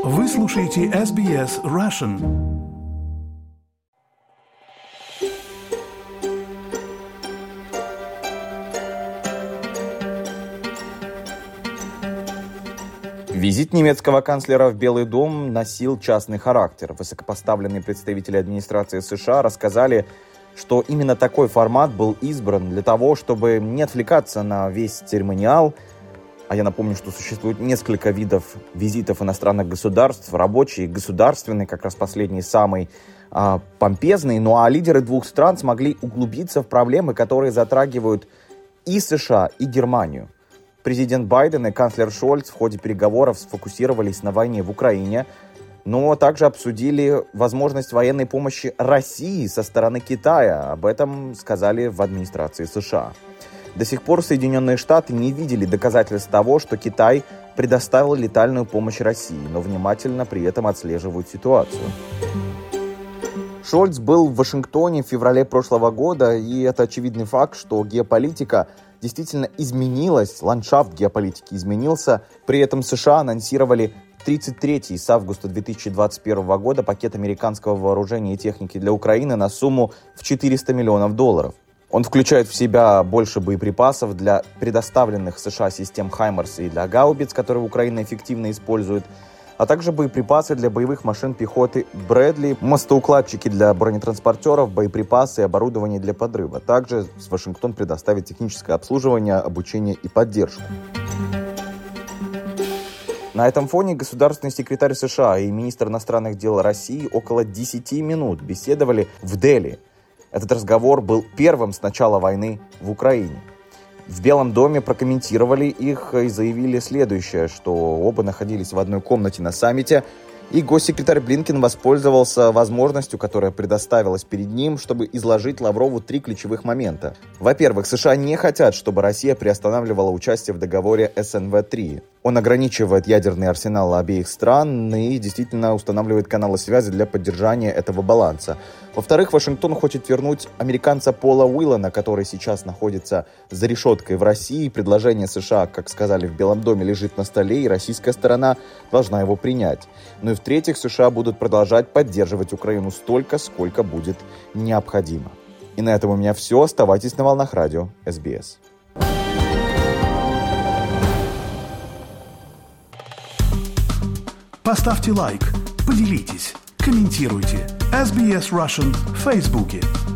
Вы слушаете SBS Russian. Визит немецкого канцлера в Белый дом носил частный характер. Высокопоставленные представители администрации США рассказали, что именно такой формат был избран для того, чтобы не отвлекаться на весь церемониал. А я напомню, что существует несколько видов визитов иностранных государств, рабочий и государственный, как раз последний самый помпезный. Ну а лидеры двух стран смогли углубиться в проблемы, которые затрагивают и США, и Германию. Президент Байден и канцлер Шольц в ходе переговоров сфокусировались на войне в Украине, но также обсудили возможность военной помощи России со стороны Китая. Об этом сказали в администрации США. До сих пор Соединенные Штаты не видели доказательств того, что Китай предоставил летальную помощь России, но внимательно при этом отслеживают ситуацию. Шольц был в Вашингтоне в феврале прошлого года, и это очевидный факт, что геополитика действительно изменилась, ландшафт геополитики изменился. При этом США анонсировали 33-й с августа 2021 года пакет американского вооружения и техники для Украины на сумму в $400 миллионов. Он включает в себя больше боеприпасов для предоставленных США систем «Хаймарс» и для гаубиц, которые Украина эффективно использует, а также боеприпасы для боевых машин пехоты «Брэдли», мостоукладчики для бронетранспортеров, боеприпасы и оборудование для подрыва. Также Вашингтон предоставит техническое обслуживание, обучение и поддержку. На этом фоне государственный секретарь США и министр иностранных дел России около 10 минут беседовали в Дели. Этот разговор был первым с начала войны в Украине. В Белом доме прокомментировали их и заявили следующее, что оба находились в одной комнате на саммите, и госсекретарь Блинкен воспользовался возможностью, которая предоставилась перед ним, чтобы изложить Лаврову 3 ключевых момента. Во-первых, США не хотят, чтобы Россия приостанавливала участие в договоре СНВ-3. Он ограничивает ядерный арсенал обеих стран и действительно устанавливает каналы связи для поддержания этого баланса. Во-вторых, Вашингтон хочет вернуть американца Пола Уиллана, который сейчас находится за решеткой в России. Предложение США, как сказали в Белом доме, лежит на столе, и российская сторона должна его принять. Ну и в-третьих, США будут продолжать поддерживать Украину столько, сколько будет необходимо. И на этом у меня все. Оставайтесь на волнах радио SBS. Поставьте лайк, поделитесь, комментируйте. SBS Russian в Фейсбуке.